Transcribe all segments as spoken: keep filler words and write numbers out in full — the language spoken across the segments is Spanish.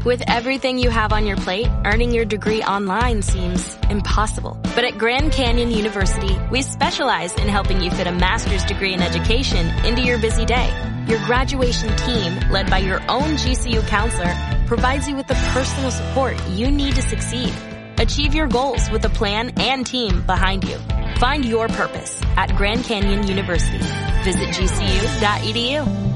With everything you have on your plate, earning your degree online seems impossible. But at Grand Canyon University, we specialize in helping you fit a master's degree in education into your busy day. Your graduation team, led by your own G C U counselor, provides you with the personal support you need to succeed. Achieve your goals with a plan and team behind you. Find your purpose at Grand Canyon University. Visit g c u dot e d u.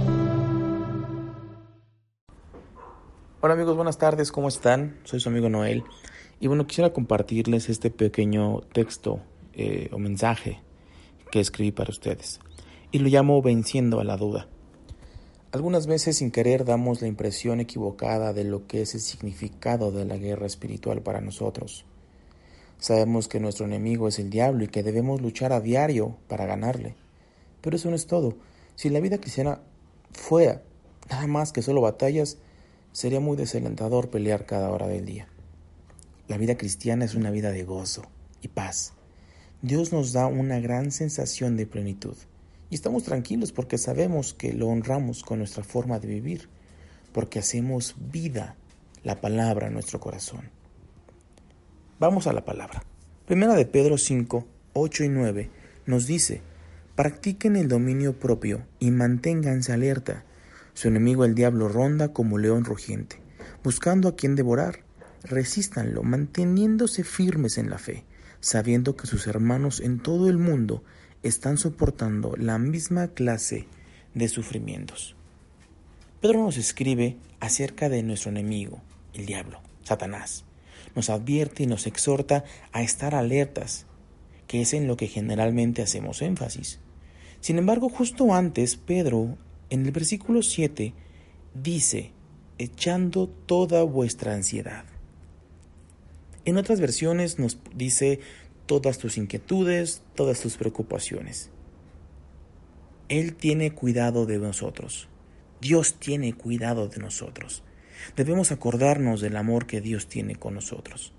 Hola amigos, buenas tardes, ¿cómo están? Soy su amigo Noel y bueno, quisiera compartirles este pequeño texto eh, o mensaje que escribí para ustedes y lo llamo Venciendo a la Duda. Algunas veces sin querer damos la impresión equivocada de lo que es el significado de la guerra espiritual para nosotros. Sabemos que nuestro enemigo es el diablo y que debemos luchar a diario para ganarle, pero eso no es todo. Si la vida cristiana fuera nada más que solo batallas, sería muy desalentador pelear cada hora del día. La vida cristiana es una vida de gozo y paz. Dios nos da una gran sensación de plenitud y estamos tranquilos porque sabemos que lo honramos con nuestra forma de vivir, porque hacemos vida la palabra en nuestro corazón. Vamos a la palabra. Primera de Pedro cinco, ocho y nueve nos dice: practiquen el dominio propio y manténganse alerta. Su enemigo el diablo ronda como león rugiente, buscando a quien devorar. Resístanlo, manteniéndose firmes en la fe, sabiendo que sus hermanos en todo el mundo están soportando la misma clase de sufrimientos. Pedro nos escribe acerca de nuestro enemigo, el diablo, Satanás. Nos advierte y nos exhorta a estar alertas, que es en lo que generalmente hacemos énfasis. Sin embargo, justo antes, Pedro, en el versículo siete, dice, echando toda vuestra ansiedad. En otras versiones nos dice, todas tus inquietudes, todas tus preocupaciones. Él tiene cuidado de nosotros. Dios tiene cuidado de nosotros. Debemos acordarnos del amor que Dios tiene con nosotros.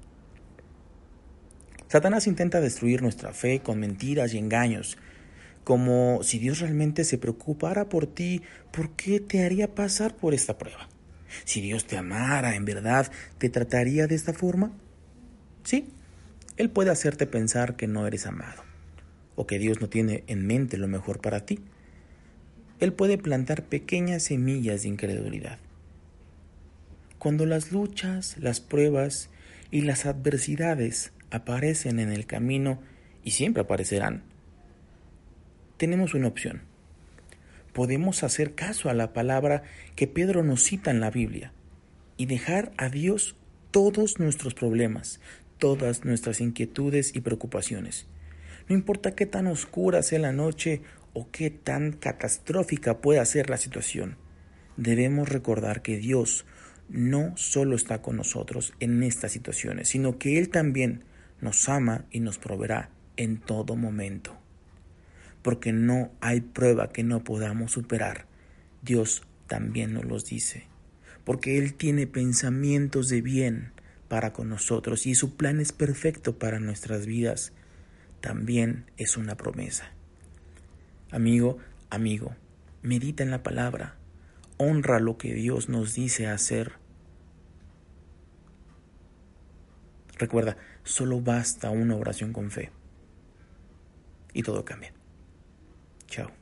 Satanás intenta destruir nuestra fe con mentiras y engaños, como si Dios realmente se preocupara por ti, ¿por qué te haría pasar por esta prueba? Si Dios te amara, ¿en verdad te trataría de esta forma? Sí, Él puede hacerte pensar que no eres amado, o que Dios no tiene en mente lo mejor para ti. Él puede plantar pequeñas semillas de incredulidad. Cuando las luchas, las pruebas y las adversidades aparecen en el camino, y siempre aparecerán, tenemos una opción. Podemos hacer caso a la palabra que Pedro nos cita en la Biblia y dejar a Dios todos nuestros problemas, todas nuestras inquietudes y preocupaciones. No importa qué tan oscura sea la noche o qué tan catastrófica pueda ser la situación, debemos recordar que Dios no solo está con nosotros en estas situaciones, sino que Él también nos ama y nos proveerá en todo momento. Porque no hay prueba que no podamos superar. Dios también nos los dice. Porque Él tiene pensamientos de bien para con nosotros y su plan es perfecto para nuestras vidas. También es una promesa. Amigo, amigo, medita en la palabra. Honra lo que Dios nos dice hacer. Recuerda, solo basta una oración con fe. Y todo cambia. Chao.